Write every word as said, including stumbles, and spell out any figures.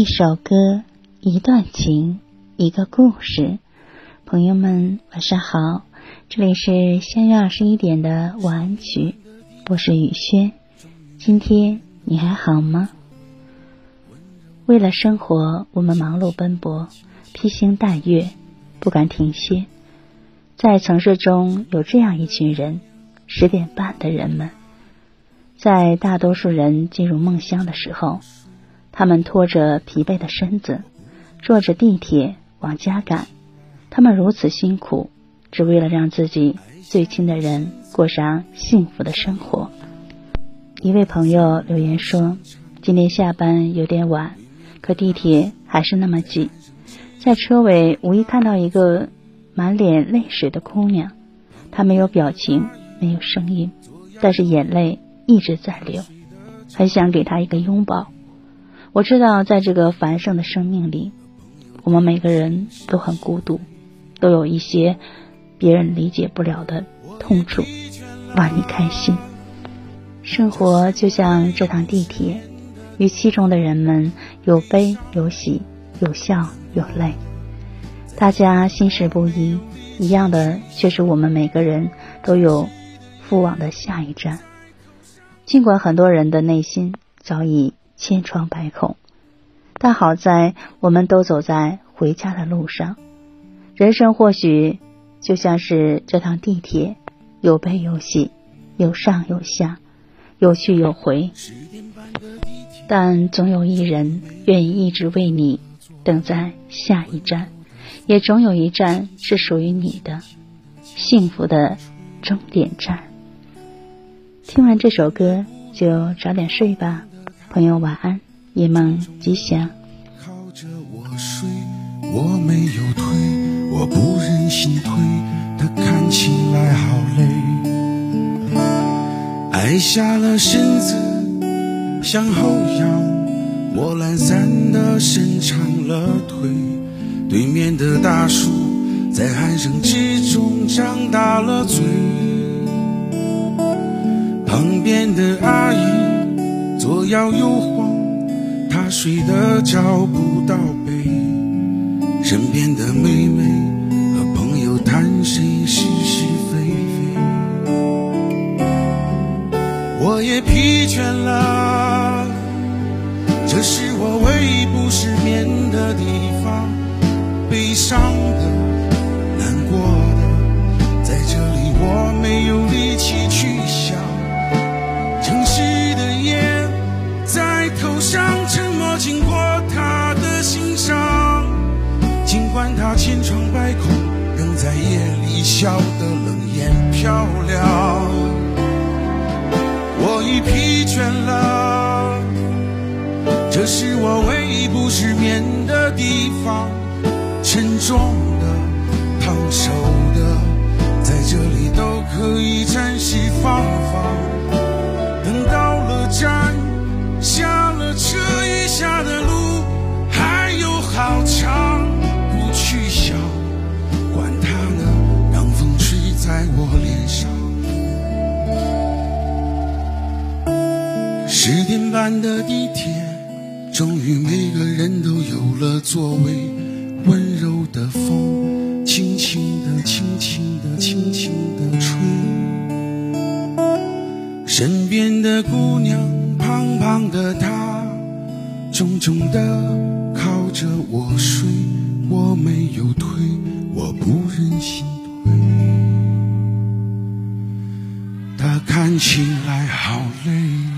一首歌，一段情，一个故事。朋友们晚上好，这里是相约二十一点的晚安曲，我是雨轩。今天你还好吗？为了生活，我们忙碌奔波，披星戴月，不敢停歇。在城市中有这样一群人，十点半的人们，在大多数人进入梦乡的时候，他们拖着疲惫的身子，坐着地铁往家赶。他们如此辛苦，只为了让自己最亲的人过上幸福的生活。一位朋友留言说，今天下班有点晚，可地铁还是那么挤，在车尾无意看到一个满脸泪水的姑娘，她没有表情，没有声音，但是眼泪一直在流，很想给她一个拥抱。我知道在这个繁盛的生命里，我们每个人都很孤独，都有一些别人理解不了的痛楚，望你开心。生活就像这趟地铁，与其中的人们有悲有喜，有笑有泪，大家心事不一，一样的却是我们每个人都有赴往的下一站。尽管很多人的内心早已千疮百孔，但好在我们都走在回家的路上。人生或许就像是这趟地铁，有悲有喜，有上有下，有去有回，但总有一人愿意一直为你等在下一站，也总有一站是属于你的幸福的终点站。听完这首歌就早点睡吧，朋友晚安，夜梦吉祥。 靠着我睡，我没有推，我不忍心推，他看起来好累，矮下了身子向后仰，我懒散地伸长了腿，对面的大树在鼾声之中张大了嘴，旁边的阿姨左摇右晃，她睡得找不到北，身边的妹妹和朋友谈谁是是非非，我也疲倦了，这是我唯一不失眠的地方，悲伤的难过的，在这里我没有力气去想，城市的夜在头上沉默经过他的心上，尽管他千疮百孔，仍在夜里笑得冷眼漂亮。我已疲倦了，这是我唯一不失眠的地方，沉重的烫手的，在这里都可以暂时放放，等到了站下了车，余下的路还有好长，不去想，管它呢，让风吹在我脸上。十点半的地铁，终于每个人都有了座位，温柔的风轻轻地轻轻地轻轻地吹，身边的姑娘胖胖的她重重地靠着我睡，我没有推，我不忍心推，她看起来好累。